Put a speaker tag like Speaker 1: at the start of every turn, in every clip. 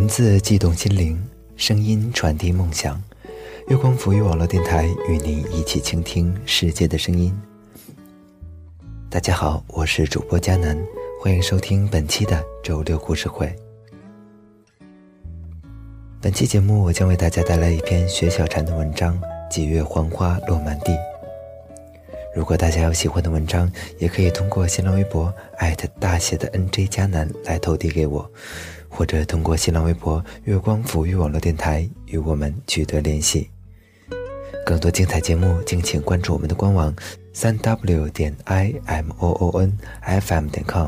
Speaker 1: 文字悸动心灵，声音传递梦想。月光浮语网络电台与您一起倾听世界的声音。大家好，我是主播佳南，欢迎收听本期的周六故事会。本期节目我将为大家带来一篇薛小婵的文章《几月黄花落满地》。如果大家有喜欢的文章，也可以通过新浪微博大写的 NJ 佳南来投递给我，或者通过新浪微博月光浮语网络电台与我们取得联系。更多精彩节目敬请关注我们的官网 3w.imoonfm.com。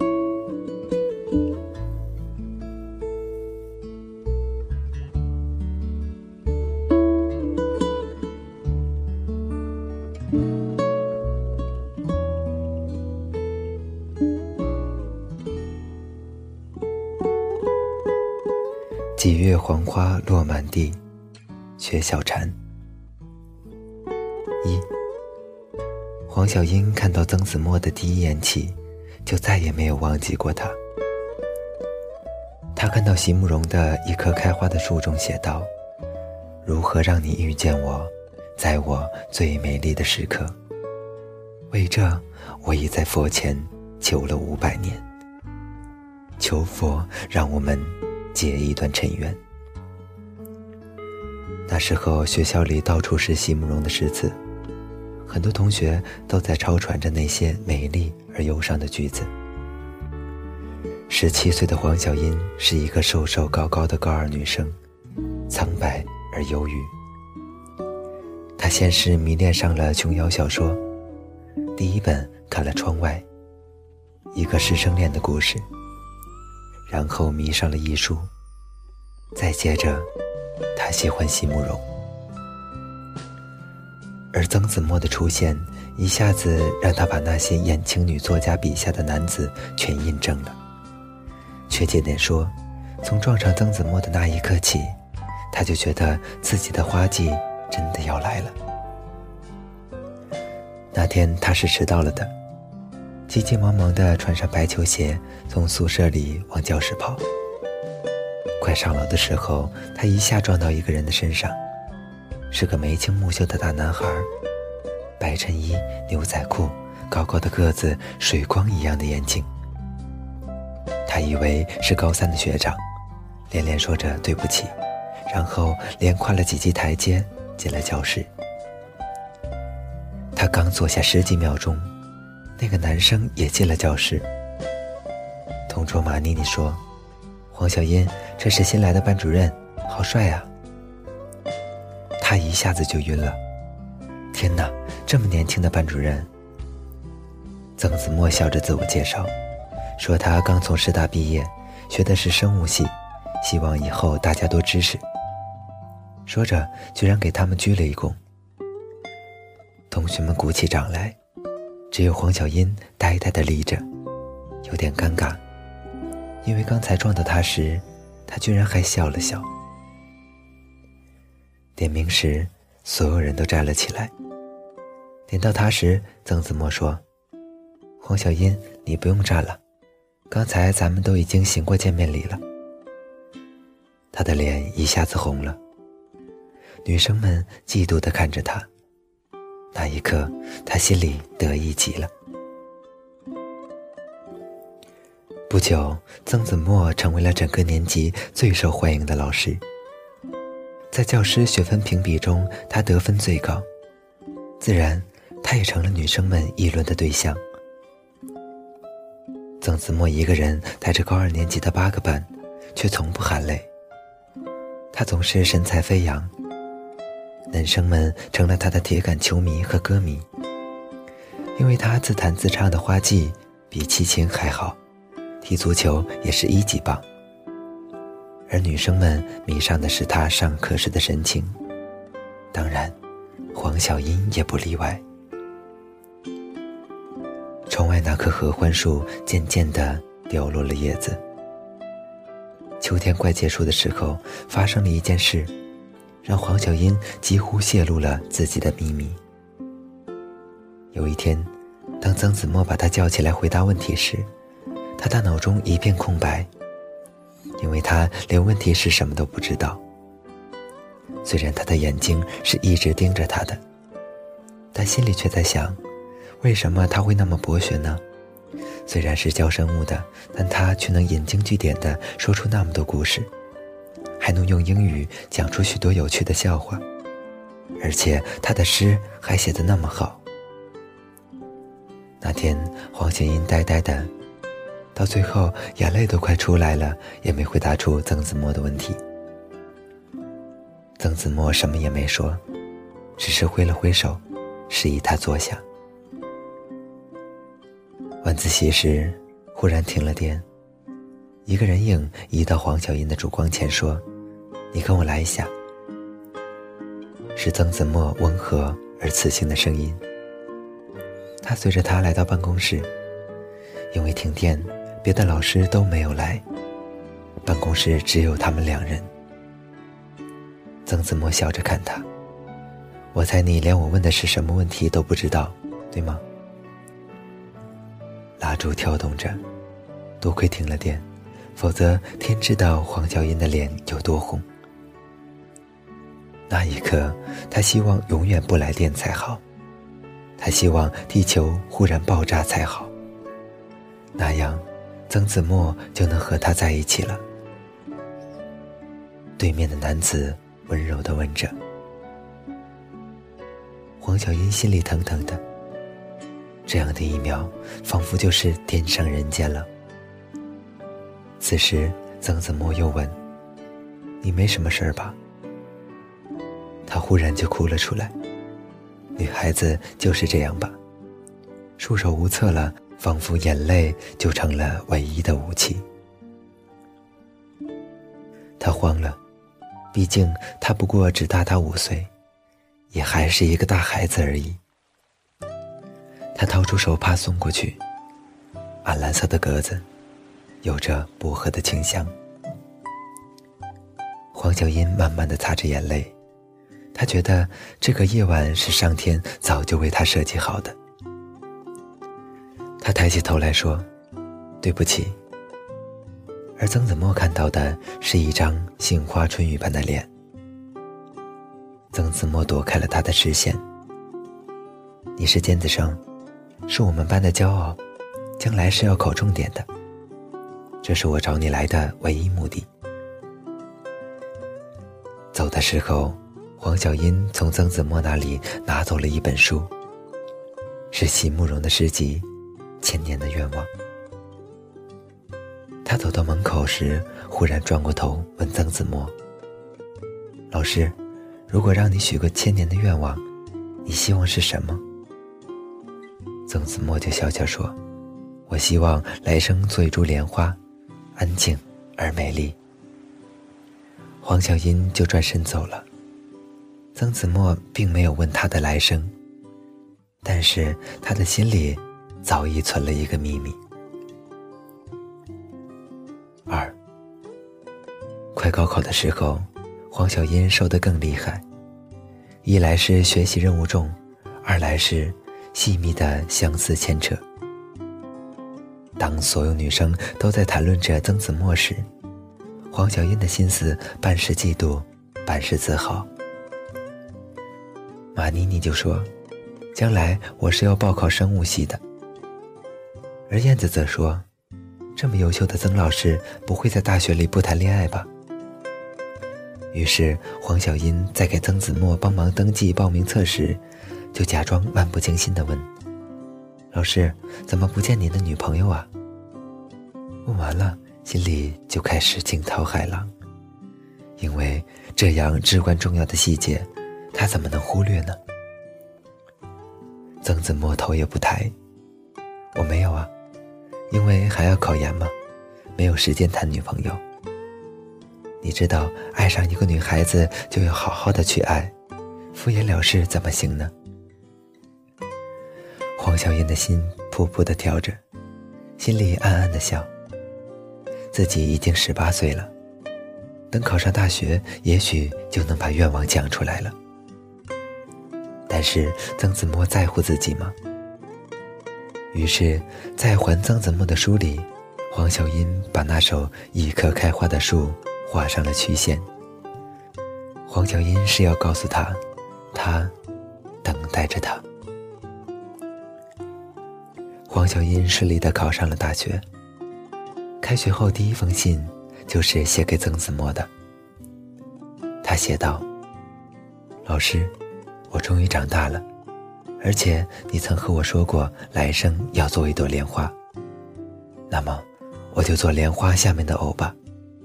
Speaker 1: 几月黄花落满地，薛小婵。一，黄小英看到曾子墨的第一眼起，就再也没有忘记过他。他看到席慕容的一棵开花的树中写道：如何让你遇见我，在我最美丽的时刻。为这，我已在佛前求了500年，求佛让我们结一段尘缘。那时候学校里到处是席慕容的诗词，很多同学都在抄传着那些美丽而忧伤的句子。17岁的黄小英是一个瘦瘦高高的高二女生，苍白而忧郁。她先是迷恋上了琼瑶小说，第一本看了《窗外》，一个师生恋的故事，然后迷上了艺术，再接着他喜欢席慕容。而曾子墨的出现一下子让他把那些言情女作家笔下的男子全印证了。确切点说，从撞上曾子墨的那一刻起，他就觉得自己的花季真的要来了。那天他是迟到了的，急急忙忙地穿上白球鞋，从宿舍里往教室跑。快上楼的时候，他一下撞到一个人的身上，是个眉清目秀的大男孩，白衬衣、牛仔裤，高高的个子，水光一样的眼睛。他以为是高3的学长，连连说着对不起，然后连跨了几级台阶进了教室。他刚坐下10几秒钟，那个男生也进了教室。同桌马妮妮说：黄小英，这是新来的班主任，好帅啊。他一下子就晕了，天哪，这么年轻的班主任。曾子墨笑着自我介绍，说他刚从师大毕业，学的是生物系，希望以后大家多支持。说着居然给他们鞠了一躬。同学们鼓起掌来，只有黄小英呆呆地立着，有点尴尬，因为刚才撞到他时，他居然还笑了笑。点名时，所有人都站了起来。点到他时，曾子墨说：黄小英，你不用站了，刚才咱们都已经行过见面礼了。他的脸一下子红了，女生们嫉妒地看着他，那一刻他心里得意极了。不久，曾子墨成为了整个年级最受欢迎的老师。在教师学分评比中，他得分最高，自然他也成了女生们议论的对象。曾子墨一个人带着高2年级的8个班，却从不喊累。他总是神采飞扬，男生们成了他的铁杆球迷和歌迷，因为他自弹自唱的花季比齐秦还好，踢足球也是1级棒。而女生们迷上的是他上课时的神情，当然黄小英也不例外。窗外那棵合欢树渐渐地掉落了叶子。秋天快结束的时候，发生了一件事，让黄小英几乎泄露了自己的秘密。有一天，当曾子墨把他叫起来回答问题时，他大脑中一片空白， 因为他连问题是什么都不知道。虽然他的眼睛是一直盯着他的，但心里却在想，为什么他会那么博学呢？虽然是教生物的，但他却能引经据典地说出那么多故事，还能用英语讲出许多有趣的笑话，而且他的诗还写得那么好。那天黄小英呆呆的，到最后眼泪都快出来了，也没回答出曾子墨的问题。曾子墨什么也没说，只是挥了挥手，示意他坐下。晚自习时忽然停了电，一个人影移到黄小英的烛光前说，你跟我来一下。是曾子墨温和而磁性的声音。他随着他来到办公室，因为停电，别的老师都没有来，办公室只有他们2人。曾子墨笑着看他，我猜你连我问的是什么问题都不知道，对吗？蜡烛跳动着，多亏停了电，否则天知道黄小英的脸有多红。那一刻，他希望永远不来电才好，他希望地球忽然爆炸才好，那样曾子墨就能和他在一起了。对面的男子温柔地问着。黄小英心里疼疼的，这样的一秒仿佛就是天上人间了。此时曾子墨又问，你没什么事儿吧？他忽然就哭了出来。女孩子就是这样吧，束手无策了，仿佛眼泪就成了唯一的武器。他慌了，毕竟他不过只大他5岁，也还是一个大孩子而已。他掏出手帕送过去，暗蓝色的格子，有着薄荷的清香。黄小英慢慢地擦着眼泪，她觉得这个夜晚是上天早就为她设计好的。她抬起头来说，对不起。而曾子墨看到的是一张杏花春雨般的脸。曾子墨躲开了他的视线，你是尖子生，是我们班的骄傲，将来是要考重点的，这是我找你来的唯一目的。走的时候，黄小英从曾子墨那里拿走了一本书，是席慕容的诗集《千年的愿望》。他走到门口时，忽然转过头问曾子墨，老师，如果让你许个1000年的愿望，你希望是什么？曾子墨就笑笑说，我希望来生做一株莲花，安静而美丽。黄小英就转身走了。曾子墨并没有问他的来生，但是他的心里早已存了一个秘密。2. 快高考的时候，黄小英瘦得更厉害，一来是学习任务重，二来是细密的相思牵扯。当所有女生都在谈论着曾子墨时，黄小英的心思半是嫉妒，半是自豪。马妮妮就说，将来我是要报考生物系的。而燕子则说，这么优秀的曾老师不会在大学里不谈恋爱吧？于是黄小英在给曾子墨帮忙登记报名册时，就假装漫不经心地问，老师，怎么不见您的女朋友啊？问完了，心里就开始惊涛骇浪，因为这样至关重要的细节，他怎么能忽略呢？曾子墨头也不抬，我没有啊，因为还要考研嘛，没有时间谈女朋友。你知道，爱上一个女孩子就要好好的去爱，敷衍了事怎么行呢？黄小英的心扑扑地跳着，心里暗暗地笑，自己已经18岁了，等考上大学，也许就能把愿望讲出来了。但是曾子墨在乎自己吗？于是在还曾子墨的书里， 黄小英把那首一棵开花的树画上了曲线。黄小英是要告诉他，他等待着他。黄小英顺利地考上了大学。开学后第一封信就是写给曾子墨的。他写道：老师，我终于长大了，而且你曾和我说过来生要做一朵莲花，那么我就做莲花下面的藕吧。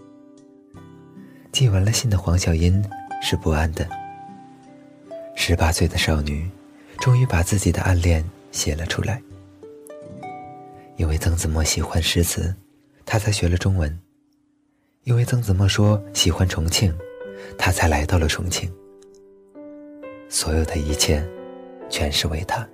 Speaker 1: 寄完了信的黄小英是不安的。18岁的少女终于把自己的暗恋写了出来。因为曾子墨喜欢诗词，他才学了中文。因为曾子墨说喜欢重庆，他才来到了重庆。所有的一切全是为他。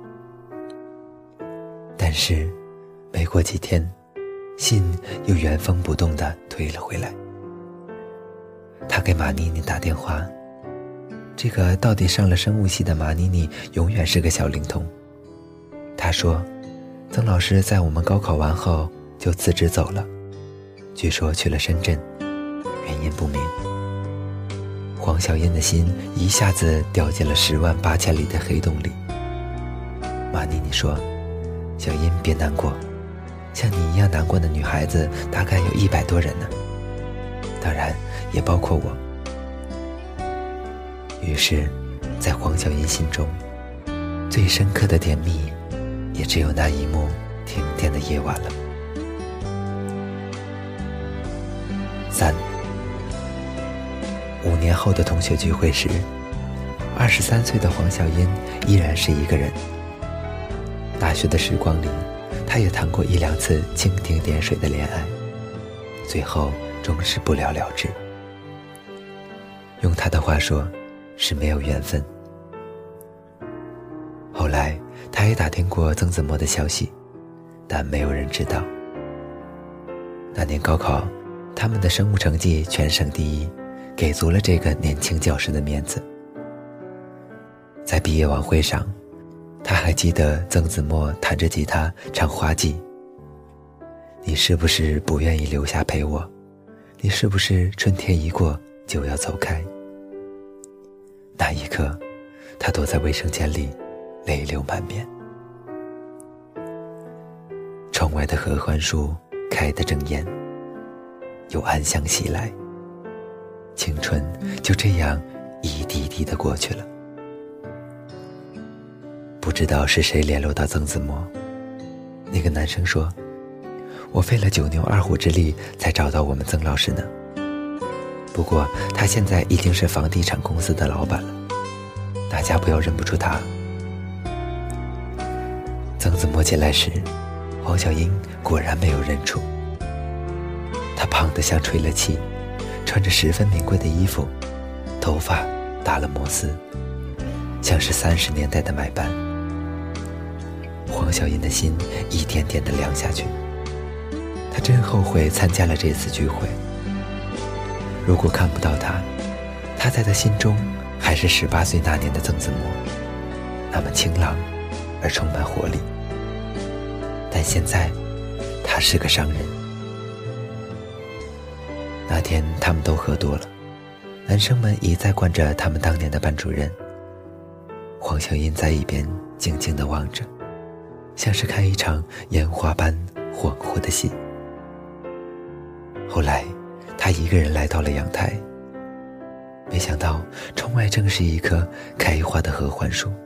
Speaker 1: 但是没过几天，信又原封不动地退了回来。他给马妮妮打电话，这个到底上了生物系的马妮妮永远是个小灵通。他说曾老师在我们高考完后就辞职走了，据说去了深圳，原因不明。黄小英的心一下子掉进了108000里的黑洞里。马妮妮说，小英别难过，像你一样难过的女孩子大概有100多人呢，当然也包括我。于是在黄小英心中，最深刻的甜蜜也只有那一幕停电的夜晚了。3 5年后的同学聚会时，23岁的黄小英依然是一个人。大学的时光里，她也谈过1、2次蜻蜓点水的恋爱，最后终是不了了之。用她的话说，是没有缘分。后来她也打听过曾子墨的消息，但没有人知道。那年高考，他们的生物成绩全省第一，给足了这个年轻教师的面子。在毕业晚会上，他还记得曾子墨弹着吉他唱花季。你是不是不愿意留下陪我？你是不是春天一过就要走开？那一刻，他躲在卫生间里，泪流满面。窗外的合欢树开得正艳，有暗香袭来，青春就这样一滴滴地过去了。不知道是谁联络到曾子墨，那个男生说，我费了9牛2虎之力才找到我们曾老师呢。不过他现在已经是房地产公司的老板了，大家不要认不出他。曾子墨进来时，黄小英果然没有认出。他胖得像吹了气，穿着10分名贵的衣服，头发打了摩丝，像是30年代的买办。黄小英的心一点点地凉下去，她真后悔参加了这次聚会。如果看不到他，他在她心中还是18岁那年的曾子墨，那么清朗而充满活力。但现在他是个商人。那天他们都喝多了，男生们一再惯着他们当年的班主任。黄小英在一边静静地望着，像是看一场烟花般恍惚的戏。后来他一个人来到了阳台，没想到窗外正是一棵开花的合欢树。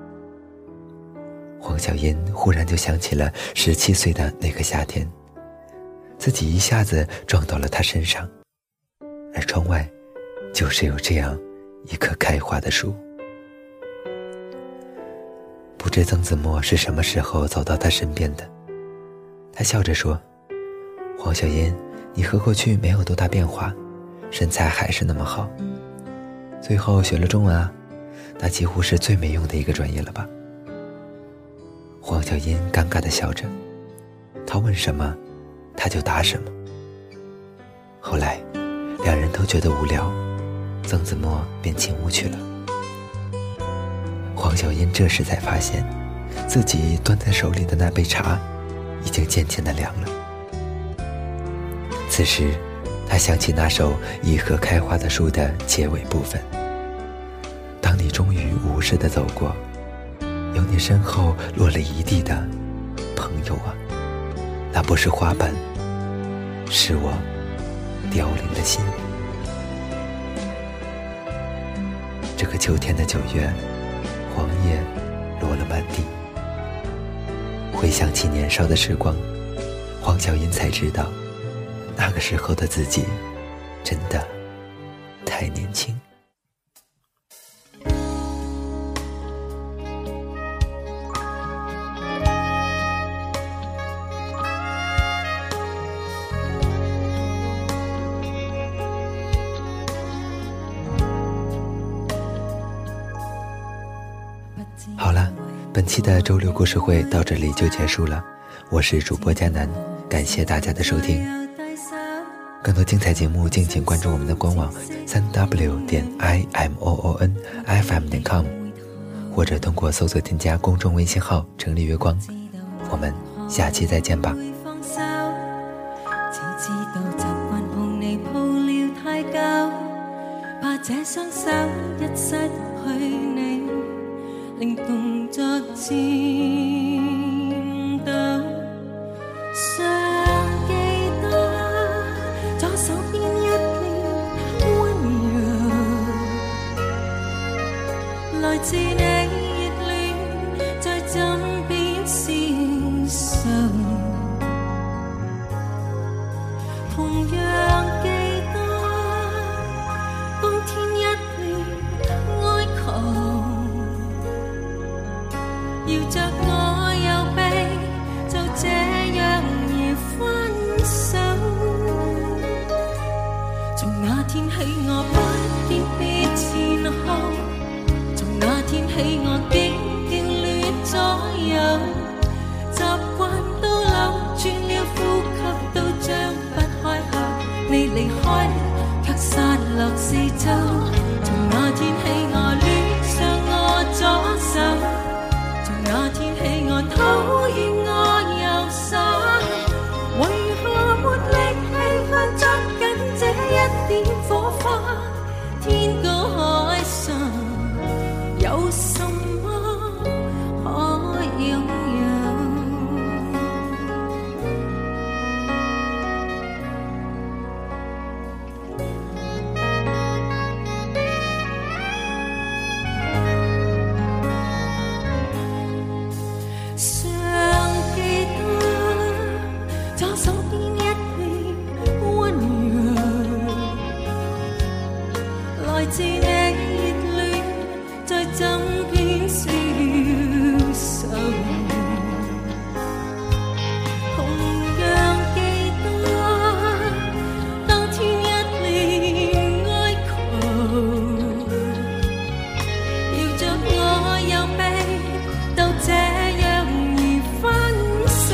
Speaker 1: 黄小英忽然就想起了17岁的那个夏天，自己一下子撞到了他身上，而窗外就是有这样一棵开花的树。不知曾子墨是什么时候走到他身边的，他笑着说，黄小英，你和过去没有多大变化，身材还是那么好，最后学了中文啊，那几乎是最没用的一个专业了吧。黄小英尴尬地笑着，他问什么他就答什么。后来两人都觉得无聊，曾子墨便进屋去了。黄小英这时才发现，自己端在手里的那杯茶已经渐渐地凉了。 此时他想起那首《一棵开花的树》的结尾部分，当你终于无视地走过，有你身后落了一地的朋友啊，那不是花瓣，是我凋零的心。这个秋天的9月，黄叶落了满地。回想起年少的时光，黄小英才知道，那个时候的自己真的太年轻。好了，本期的周六故事会到这里就结束了，我是主播佳楠，感谢大家的收听。更多精彩节目敬请关注我们的官网 3w.imoonfm.com， 或者通过搜索添加公众微信号城里月光。我们下期再见吧。
Speaker 2: 令動作顫抖，尚記得左手邊一臉溫柔，來自你熱戀，在枕邊消受，同樣記得當天一臉哀求，搖着我右臂，就這樣而分手。從那天起我不辨別前後，從那天起我竟調亂左右，習慣到流轉了，呼吸都張不開口。你離開了，卻散落四周。從那天起我戀上我左手。那天起我討厭我右手，為何沒力氣去捉緊這一點火花？天高海深，有什麼可擁有？來自你熱戀，在枕邊消受，同樣記得當天一臉哀求，搖着我右臂，到這樣而分手。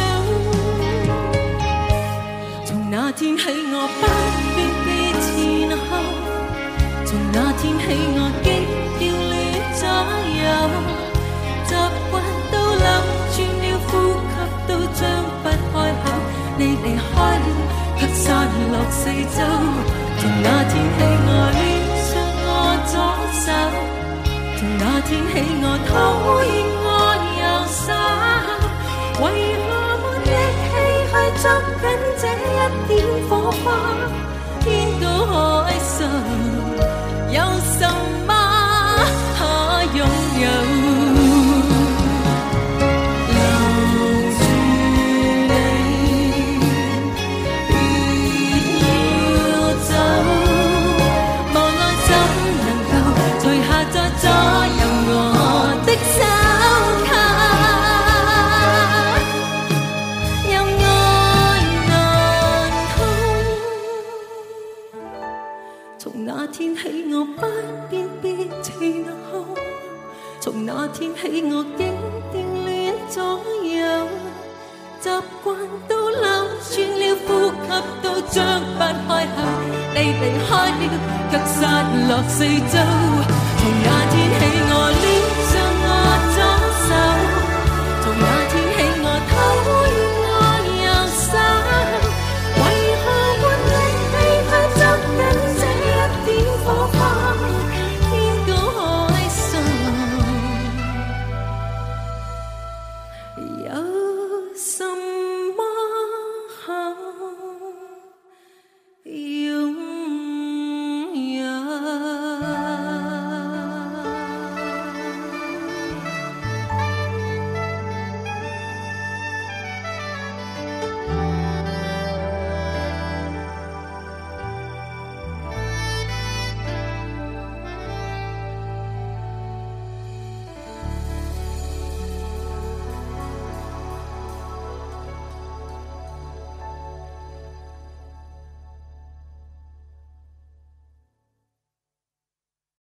Speaker 2: 從那天起我不辨別前後，從那天起我竟調亂左右，習慣到流轉了，呼吸都張不開口。你離開了，卻散落四周。從那天起我戀上我左手，從那天起我討厭我右手，為何沒力氣去捉緊這一點火花？天高海深，有什麼可擁有？留住你，別要走，無奈怎能夠垂下在左右我的手卡，任愛難空。從那天起我不辨別前後，從那天起我竟調亂左右，習慣到流轉了，呼吸都張不開口。你離開了，卻散落四周。從那天